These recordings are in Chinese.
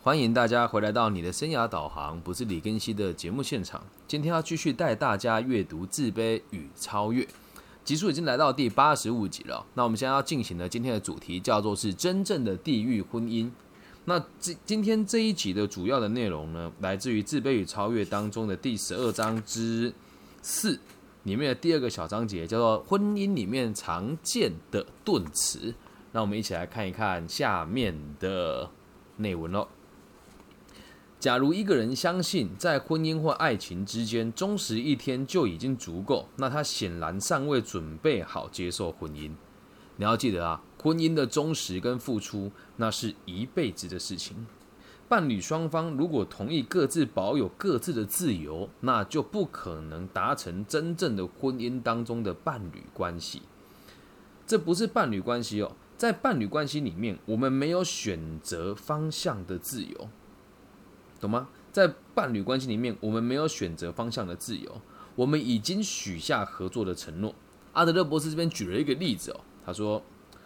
欢迎大家回来到你的生涯导航，不是李根熙的节目现场。今天要继续带大家阅读《自卑与超越》，集数已经来到第85集了。那我们现在要进行的今天的主题叫做是真正的地狱婚姻。那今天这一集的主要的内容呢，来自于《自卑与超越》当中的第12章之4里面的第2个小章节，叫做婚姻里面常见的顿词。那我们一起来看一看下面的内文咯。假如一个人相信在婚姻或爱情之间忠实一天就已经足够，那他显然尚未准备好接受婚姻。你要记得啊，婚姻的忠实跟付出，那是一辈子的事情。伴侣双方如果同意各自保有各自的自由，那就不可能达成真正的婚姻当中的伴侣关系。这不是伴侣关系哦，在伴侣关系里面，我们没有选择方向的自由。懂吗？在伴侣关系里面，我们没有选择方向的自由，我们已经许下合作的承诺。阿德勒博士这边举了一个例子哦，他说，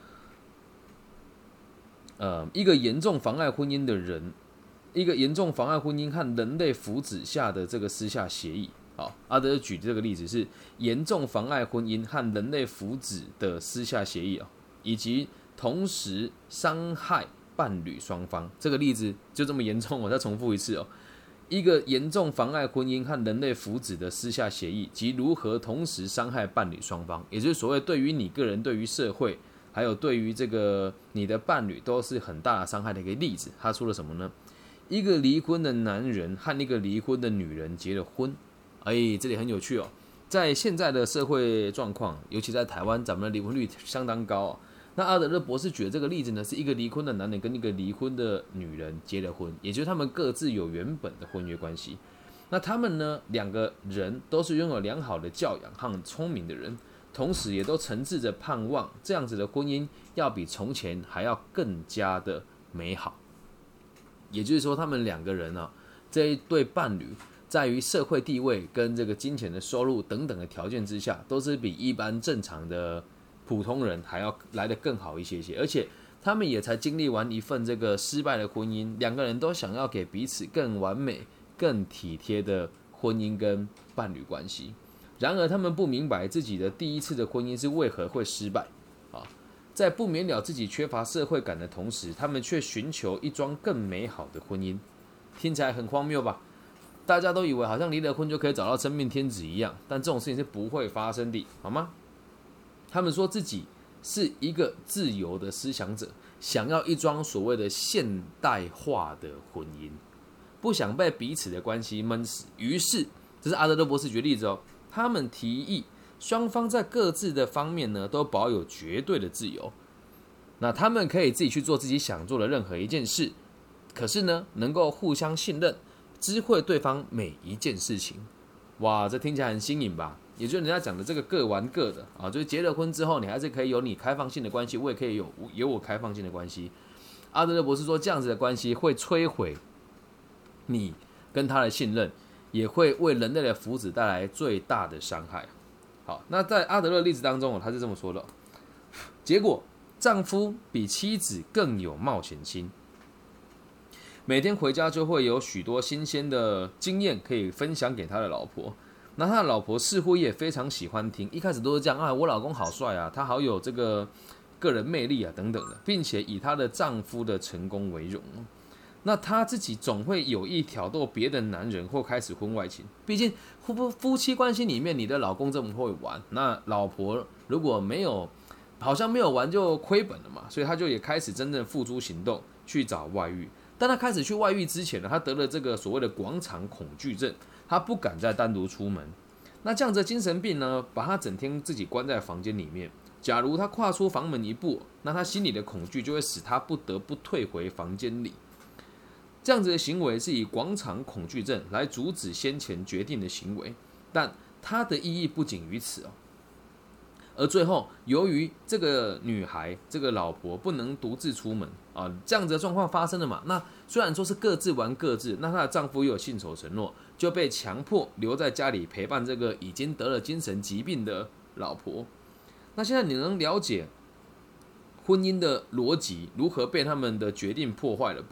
一个严重妨碍婚姻的人，一个严重妨碍婚姻和人类福祉下的这个私下协议。好，阿德勒举这个例子是严重妨碍婚姻和人类福祉的私下协议以及同时伤害伴侣双方。这个例子就这么严重，我再重复一次一个严重妨碍婚姻和人类福祉的私下协议及如何同时伤害伴侣双方，也就是所谓对于你个人、对于社会，还有对于这个你的伴侣都是很大的伤害的一个例子。他说了什么呢？一个离婚的男人和一个离婚的女人结了婚。这里很有趣在现在的社会状况，尤其在台湾，咱们的离婚率相当高那阿德勒博士举的这个例子呢，是一个离婚的男人跟一个离婚的女人结了婚，也就是他们各自有原本的婚约关系。那他们呢，两个人都是拥有良好的教养和很聪明的人，同时也都诚挚着盼望这样子的婚姻要比从前还要更加的美好。也就是说，他们两个人这一对伴侣在于社会地位跟这个金钱的收入等等的条件之下，都是比一般正常的普通人还要来得更好一些些，而且他们也才经历完一份这个失败的婚姻，两个人都想要给彼此更完美、更体贴的婚姻跟伴侣关系。然而，他们不明白自己的第一次的婚姻是为何会失败在不明了自己缺乏社会感的同时，他们却寻求一桩更美好的婚姻。听起来很荒谬吧？大家都以为好像离了婚就可以找到真命天子一样，但这种事情是不会发生的，好吗？他们说自己是一个自由的思想者，想要一桩所谓的现代化的婚姻，不想被彼此的关系闷死。于是，这是阿德勒博士举例子他们提议双方在各自的方面呢都保有绝对的自由。那他们可以自己去做自己想做的任何一件事，可是呢，能够互相信任，知会对方每一件事情。哇，这听起来很新颖吧？也就是人家讲的这个各玩各的就是结了婚之后，你还是可以有你开放性的关系，我也可以有我开放性的关系。阿德勒博士说，这样子的关系会摧毁你跟他的信任，也会为人类的福祉带来最大的伤害。好，那在阿德勒的例子当中他是这么说的结果，丈夫比妻子更有冒险心，每天回家就会有许多新鲜的经验可以分享给他的老婆。那他的老婆似乎也非常喜欢听，一开始都是这样我老公好帅他好有这个个人魅力等等的，并且以她的丈夫的成功为荣。那她自己总会有意挑逗别的男人或开始婚外情，毕竟夫妻关系里面，你的老公这么会玩，那老婆如果好像没有玩就亏本了嘛，所以她就也开始真正付诸行动去找外遇。但她开始去外遇之前呢，她得了这个所谓的广场恐惧症，她不敢再单独出门。那这样子的精神病呢，把她整天自己关在房间里面。假如她跨出房门一步，那她心里的恐惧就会使她不得不退回房间里。这样子的行为是以广场恐惧症来阻止先前决定的行为，但它的意义不仅于此而最后，由于这个女孩、这个老婆不能独自出门这样子的状况发生了嘛？那虽然说是各自玩各自，那她的丈夫又有信守承诺，就被强迫留在家里陪伴这个已经得了精神疾病的老婆。那现在你能了解婚姻的逻辑如何被他们的决定破坏了吧？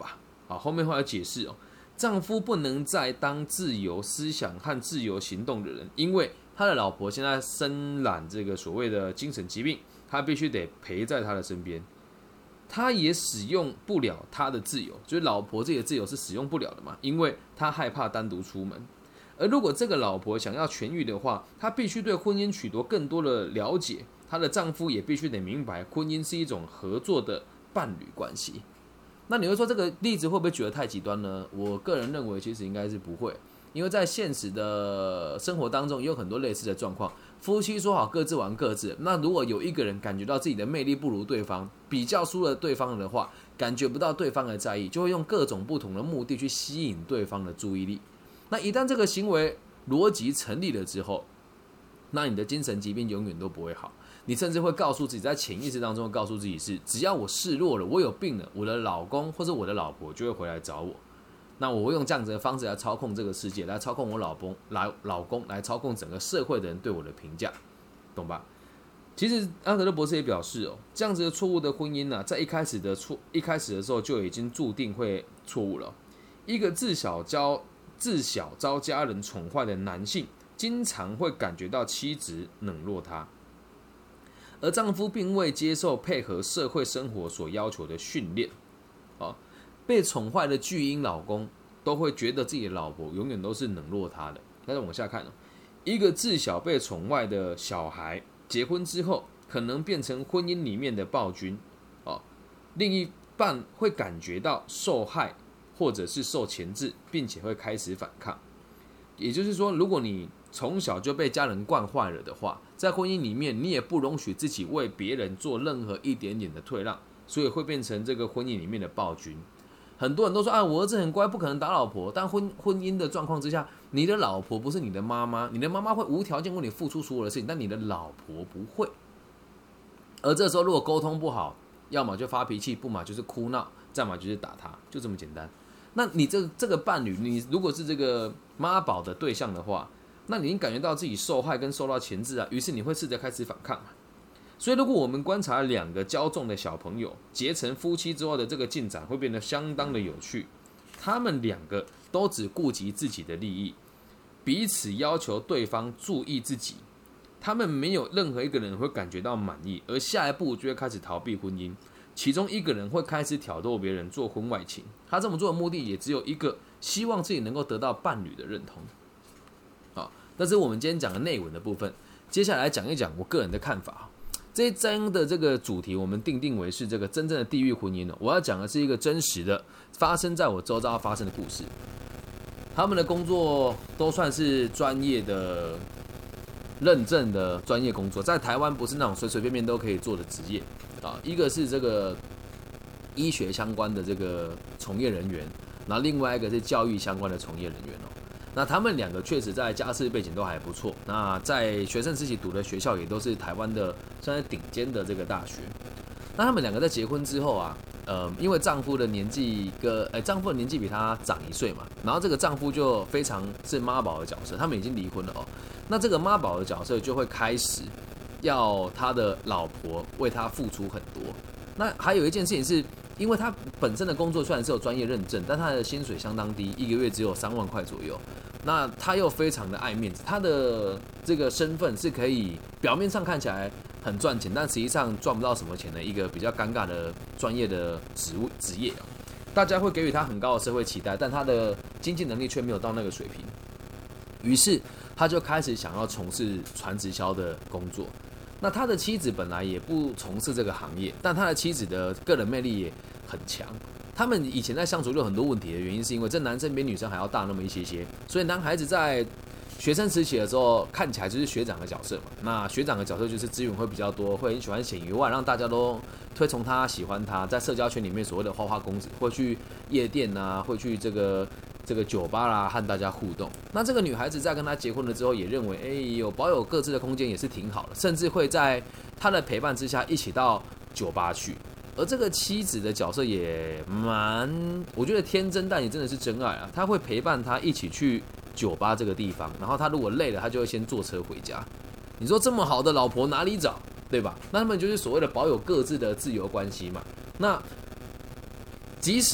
好，后面会来解释哦。丈夫不能再当自由思想和自由行动的人，因为他的老婆现在身染这个所谓的精神疾病，他必须得陪在他的身边。他也使用不了他的自由，就是老婆自己的自由是使用不了的嘛，因为他害怕单独出门。而如果这个老婆想要痊愈的话，她必须对婚姻取得更多的了解，她的丈夫也必须得明白，婚姻是一种合作的伴侣关系。那你会说这个例子会不会觉得太极端呢？我个人认为其实应该是不会，因为在现实的生活当中也有很多类似的状况。夫妻说好各自玩各自，那如果有一个人感觉到自己的魅力不如对方，比较输了对方的话，感觉不到对方的在意，就会用各种不同的目的去吸引对方的注意力。那一旦这个行为逻辑成立了之后，那你的精神疾病永远都不会好。你甚至会告诉自己，在潜意识当中会告诉自己是，只要我示弱了，我有病了，我的老公或者我的老婆就会回来找我。那我会用这样子的方式来操控这个世界，来操控我老公，来操控整个社会的人对我的评价，懂吧？其实阿德勒博士也表示哦，这样子的错误的婚姻呢，在一开始的时候就已经注定会错误了。一个自小遭家人宠坏的男性，经常会感觉到妻子冷落他，而丈夫并未接受配合社会生活所要求的训练。被宠坏的巨婴老公都会觉得自己的老婆永远都是冷落他的。但是往下看，一个自小被宠坏的小孩，结婚之后可能变成婚姻里面的暴君，另一半会感觉到受害或者是受钳制，并且会开始反抗。也就是说，如果你从小就被家人惯坏了的话，在婚姻里面你也不容许自己为别人做任何一点点的退让，所以会变成这个婚姻里面的暴君。很多人都说我儿子很乖，不可能打老婆。但婚姻的状况之下，你的老婆不是你的妈妈，你的妈妈会无条件为你付出所有的事情，但你的老婆不会。而这时候如果沟通不好，要么就发脾气，不嘛就是哭闹，再嘛就是打他，就这么简单。那你这个伴侣，你如果是这个妈宝的对象的话，那你已经感觉到自己受害跟受到钳制啊，于是你会试着开始反抗。所以如果我们观察两个骄纵的小朋友结成夫妻之后的这个进展，会变得相当的有趣。他们两个都只顾及自己的利益，彼此要求对方注意自己，他们没有任何一个人会感觉到满意，而下一步就会开始逃避婚姻。其中一个人会开始挑逗别人做婚外情，他这么做的目的也只有一个，希望自己能够得到伴侣的认同。好，这是我们今天讲的内文的部分。接下来讲一讲我个人的看法。这一章的这个主题我们定为是这个真正的地狱婚姻。我要讲的是一个真实的发生在我周遭发生的故事。他们的工作都算是专业的认证的专业工作，在台湾不是那种随随便便都可以做的职业一个是这个医学相关的这个从业人员，然后另外一个是教育相关的从业人员那他们两个确实在家世背景都还不错，那在学生时期读的学校也都是台湾的算是顶尖的这个大学。那他们两个在结婚之后因为丈夫的年纪比她长1岁嘛，然后这个丈夫就非常是妈宝的角色，他们已经离婚了那这个妈宝的角色就会开始要他的老婆为他付出很多。那还有一件事情是，因为他本身的工作虽然是有专业认证，但他的薪水相当低，一个月只有3万块左右。那他又非常的爱面子，他的这个身份是可以表面上看起来很赚钱，但实际上赚不到什么钱的一个比较尴尬的专业的职业大家会给予他很高的社会期待，但他的经济能力却没有到那个水平。于是他就开始想要从事传直销的工作。那他的妻子本来也不从事这个行业，但他的妻子的个人魅力也很强。他们以前在相处就有很多问题的原因，是因为这男生比女生还要大那么一些，所以男孩子在学生时期的时候看起来就是学长的角色嘛。那学长的角色就是资源会比较多，会很喜欢显于外，让大家都推崇他、喜欢他，在社交圈里面所谓的花花公子，会去夜店会去这个酒吧啦，和大家互动。那这个女孩子在跟他结婚了之后，也认为保有各自的空间也是挺好的，甚至会在他的陪伴之下一起到酒吧去。而这个妻子的角色也我觉得天真，但也真的是真爱他会陪伴他一起去酒吧这个地方，然后他如果累了，他就会先坐车回家。你说这么好的老婆哪里找，对吧？那他们就是所谓的保有各自的自由关系嘛。那即使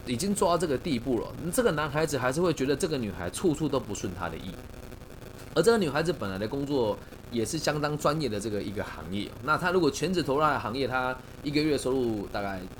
已经做到这个地步了，这个男孩子还是会觉得这个女孩处处都不顺他的意。而这个女孩子本来的工作也是相当专业的这个一个行业，那她如果全职投入她的行业，她一个月收入大概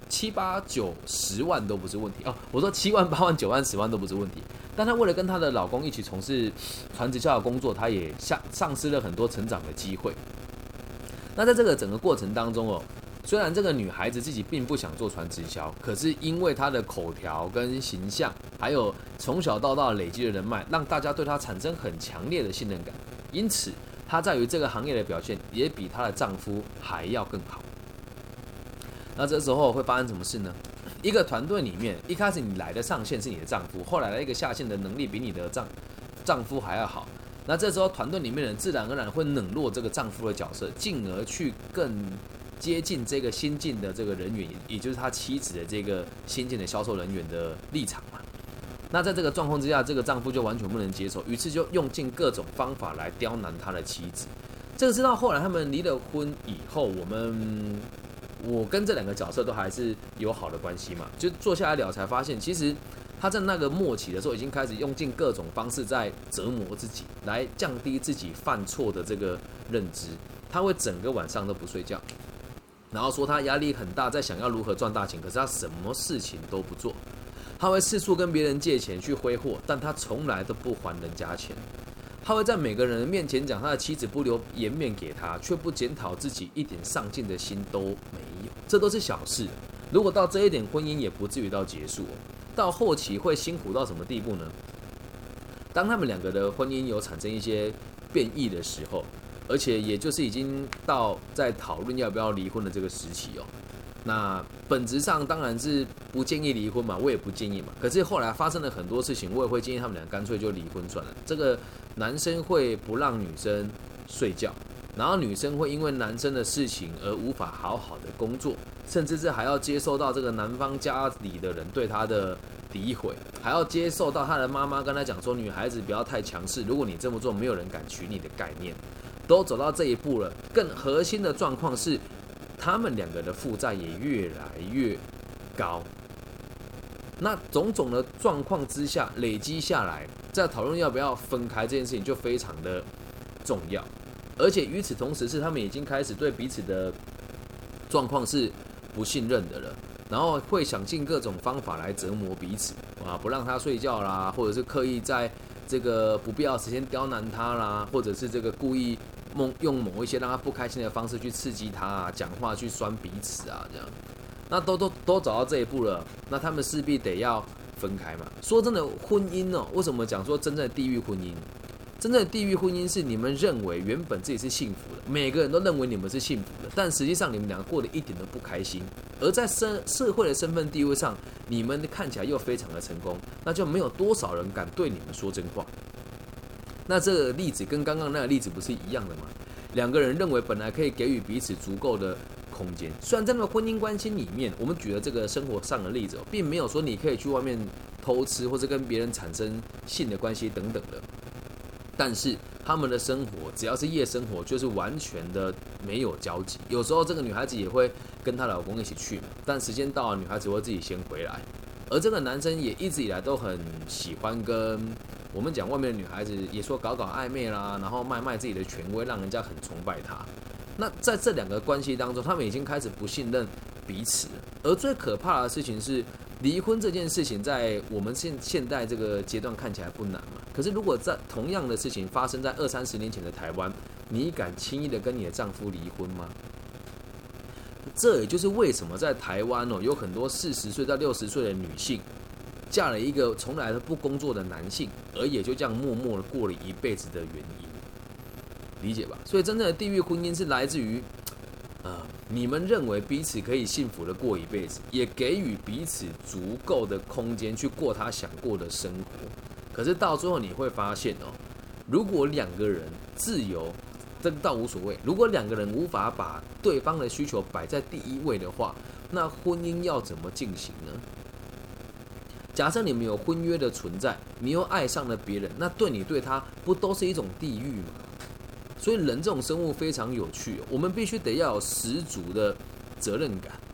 7、8、9、10万都不是问题哦。我说7万、8万、9万、10万都不是问题，但她为了跟她的老公一起从事传直销的工作，她也丧失了很多成长的机会。那在这个整个过程当中哦，虽然这个女孩子自己并不想做传直销，可是因为她的口条跟形象，还有从小到大累积的人脉，让大家对她产生很强烈的信任感，因此她在于这个行业的表现也比她的丈夫还要更好。那这时候会发生什么事呢？一个团队里面，一开始你来的上线是你的丈夫，后来的一个下线的能力比你的丈夫还要好，那这时候团队里面的人自然而然会冷落这个丈夫的角色，进而去更接近这个新进的这个人员，也就是他妻子的这个新进的销售人员的立场嘛。那在这个状况之下，这个丈夫就完全不能接受，于是就用尽各种方法来刁难他的妻子。这个是到后来他们离了婚以后，我跟这两个角色都还是有好的关系嘛，就坐下来聊才发现，其实他在那个末期的时候，已经开始用尽各种方式在折磨自己，来降低自己犯错的这个认知。他会整个晚上都不睡觉，然后说他压力很大，在想要如何赚大钱，可是他什么事情都不做。他会四处跟别人借钱去挥霍，但他从来都不还人家钱。他会在每个人的面前讲他的妻子不留颜面给他，却不检讨自己，一点上进的心都没有。这都是小事，如果到这一点，婚姻也不至于到结束。到后期会辛苦到什么地步呢？当他们两个的婚姻有产生一些变异的时候，而且也就是已经到在讨论要不要离婚的这个时期哦。那本质上当然是不建议离婚嘛，我也不建议嘛。可是后来发生了很多事情，我也会建议他们俩干脆就离婚算了。这个男生会不让女生睡觉，然后女生会因为男生的事情而无法好好的工作，甚至是还要接受到这个男方家里的人对她的诋毁，还要接受到她的妈妈跟她讲说，女孩子不要太强势，如果你这么做，没有人敢娶你的概念，都走到这一步了。更核心的状况是，他们两个的负债也越来越高。那种种的状况之下累积下来，在讨论要不要分开这件事情就非常的重要。而且与此同时，是他们已经开始对彼此的状况是不信任的了，然后会想尽各种方法来折磨彼此啊，不让他睡觉啦，或者是刻意在这个不必要的时间刁难他啦，或者是这个故意用某一些让他不开心的方式去刺激他啊，讲话去酸彼此啊，这样，那都走到这一步了，那他们势必得要分开嘛。说真的，婚姻哦，为什么讲说真正的地狱婚姻？真正的地狱婚姻是你们认为原本自己是幸福的，每个人都认为你们是幸福的，但实际上你们两个过得一点都不开心。而在社会的身份地位上，你们看起来又非常的成功，那就没有多少人敢对你们说真话。那这个例子跟刚刚那个例子不是一样的吗？两个人认为本来可以给予彼此足够的空间，虽然在那个婚姻关系里面，我们举了这个生活上的例子，并没有说你可以去外面偷吃或者跟别人产生性的关系等等的，但是他们的生活只要是夜生活，就是完全的没有交集。有时候这个女孩子也会跟她老公一起去嘛，但时间到了，女孩子会自己先回来。而这个男生也一直以来都很喜欢跟我们讲外面的女孩子也说搞暧昧啦，然后卖自己的权威，让人家很崇拜他。那在这两个关系当中，他们已经开始不信任彼此了。而最可怕的事情是，离婚这件事情在我们现代这个阶段看起来不难嘛，可是如果在同样的事情发生在20-30年前的台湾，你敢轻易的跟你的丈夫离婚吗？这也就是为什么在台湾哦，有很多40岁到60岁的女性嫁了一个从来都不工作的男性，而也就这样默默的过了一辈子的原因，理解吧？所以真正的地狱婚姻是来自于你们认为彼此可以幸福的过一辈子，也给予彼此足够的空间去过他想过的生活。可是到最后你会发现哦，如果两个人自由，这倒无所谓。如果两个人无法把对方的需求摆在第一位的话，那婚姻要怎么进行呢？假设你们有婚约的存在，你又爱上了别人，那对你对他不都是一种地狱吗？所以人这种生物非常有趣，我们必须得要有十足的责任感，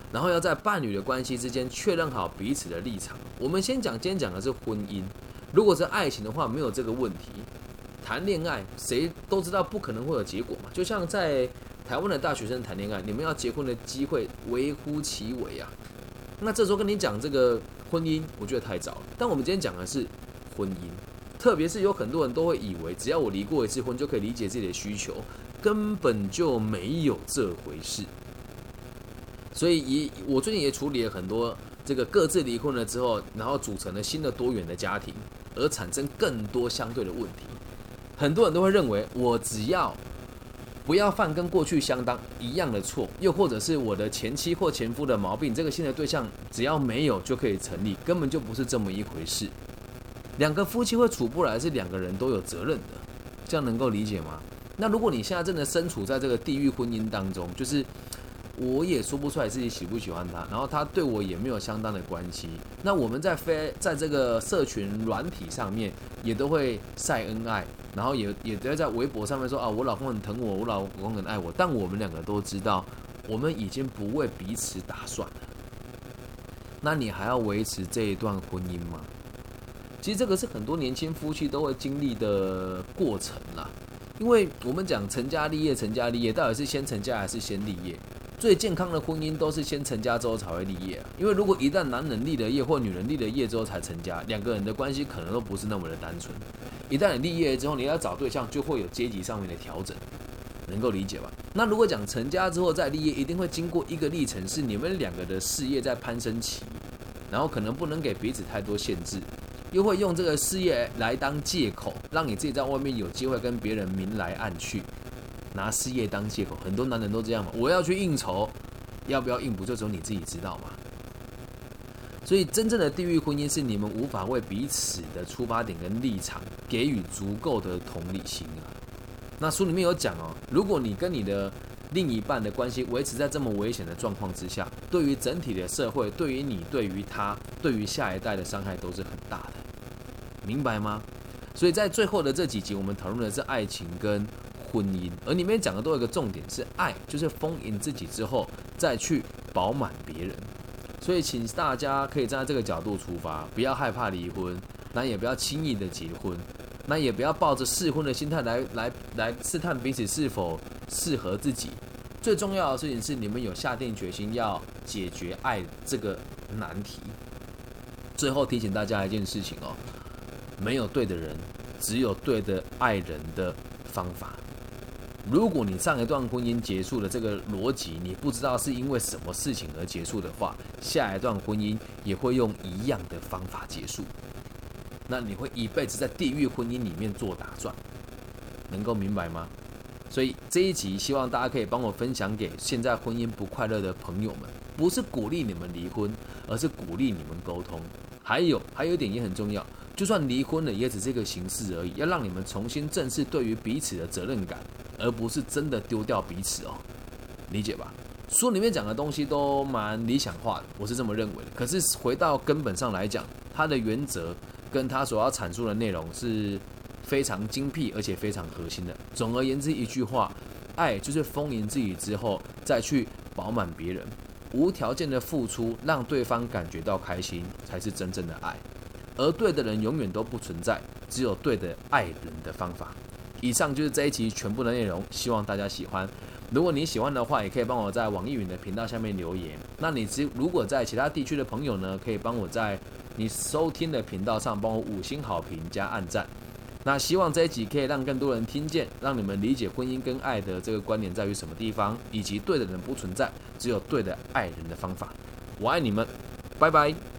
然后要在伴侣的关系之间确认好彼此的立场。我们今天讲的是婚姻，如果是爱情的话，没有这个问题。谈恋爱谁都知道不可能会有结果嘛，就像在台湾的大学生谈恋爱，你们要结婚的机会微乎其微啊。那这时候跟你讲这个婚姻，我觉得太早了。但我们今天讲的是婚姻，特别是有很多人都会以为，只要我离过一次婚就可以理解自己的需求，根本就没有这回事。所以我最近也处理了很多这个各自离婚了之后，然后组成了新的多元的家庭，而产生更多相对的问题。很多人都会认为，我只要不要犯跟过去相当一样的错，又或者是我的前妻或前夫的毛病，这个新的对象只要没有就可以成立，根本就不是这么一回事。两个夫妻会处不来，是两个人都有责任的，这样能够理解吗？那如果你现在真的身处在这个地狱婚姻当中，就是我也说不出来自己喜不喜欢他，然后他对我也没有相当的关系，那我们在这个社群软体上面也都会晒恩爱，然后也都在微博上面说啊，我老公很疼我，我老公很爱我，但我们两个都知道，我们已经不为彼此打算了。那你还要维持这一段婚姻吗？其实这个是很多年轻夫妻都会经历的过程啦。因为我们讲成家立业，到底是先成家还是先立业？最健康的婚姻都是先成家之后才会立业啊。因为如果一旦男人立了业或女人立了业之后才成家，两个人的关系可能都不是那么的单纯。一旦你立业之后，你要找对象就会有阶级上面的调整，能够理解吧？那如果讲成家之后再立业，一定会经过一个历程，是你们两个的事业在攀升期，然后可能不能给彼此太多限制，又会用这个事业来当借口，让你自己在外面有机会跟别人明来暗去，拿事业当借口。很多男人都这样嘛，我要去应酬，要不要应不就只有你自己知道嘛。所以真正的地狱婚姻是你们无法为彼此的出发点跟立场给予足够的同理心啊。那书里面有讲哦，如果你跟你的另一半的关系维持在这么危险的状况之下，对于整体的社会，对于你，对于他，对于下一代的伤害都是很大的，明白吗？所以在最后的这几集，我们讨论的是爱情跟婚姻，而里面讲的都有一个重点是爱，就是丰盈自己之后再去饱满别人。所以请大家可以站在这个角度出发，不要害怕离婚，那也不要轻易的结婚，那也不要抱着试婚的心态来试探彼此是否适合自己。最重要的事情是，你们有下定决心要解决爱这个难题。最后提醒大家一件事情哦，没有对的人，只有对的爱人的方法。如果你上一段婚姻结束的这个逻辑，你不知道是因为什么事情而结束的话，下一段婚姻也会用一样的方法结束。那你会一辈子在地狱婚姻里面做打转，能够明白吗？所以这一集希望大家可以帮我分享给现在婚姻不快乐的朋友们，不是鼓励你们离婚，而是鼓励你们沟通。还有一点也很重要，就算离婚了，也只是一个形式而已，要让你们重新正视对于彼此的责任感，而不是真的丢掉彼此哦，理解吧？书里面讲的东西都蛮理想化的，我是这么认为的。可是回到根本上来讲，它的原则跟它所要阐述的内容是非常精辟而且非常核心的。总而言之一句话，爱就是丰盈自己之后再去饱满别人，无条件的付出，让对方感觉到开心，才是真正的爱。而对的人永远都不存在，只有对的爱人的方法。以上就是这一集全部的内容，希望大家喜欢。如果你喜欢的话，也可以帮我在网易云的频道下面留言。那你如果在其他地区的朋友呢，可以帮我在你收听的频道上帮我5星好评加按赞。那希望这一集可以让更多人听见，让你们理解婚姻跟爱的这个观点在于什么地方，以及对的人不存在，只有对的爱人的方法。我爱你们，拜拜。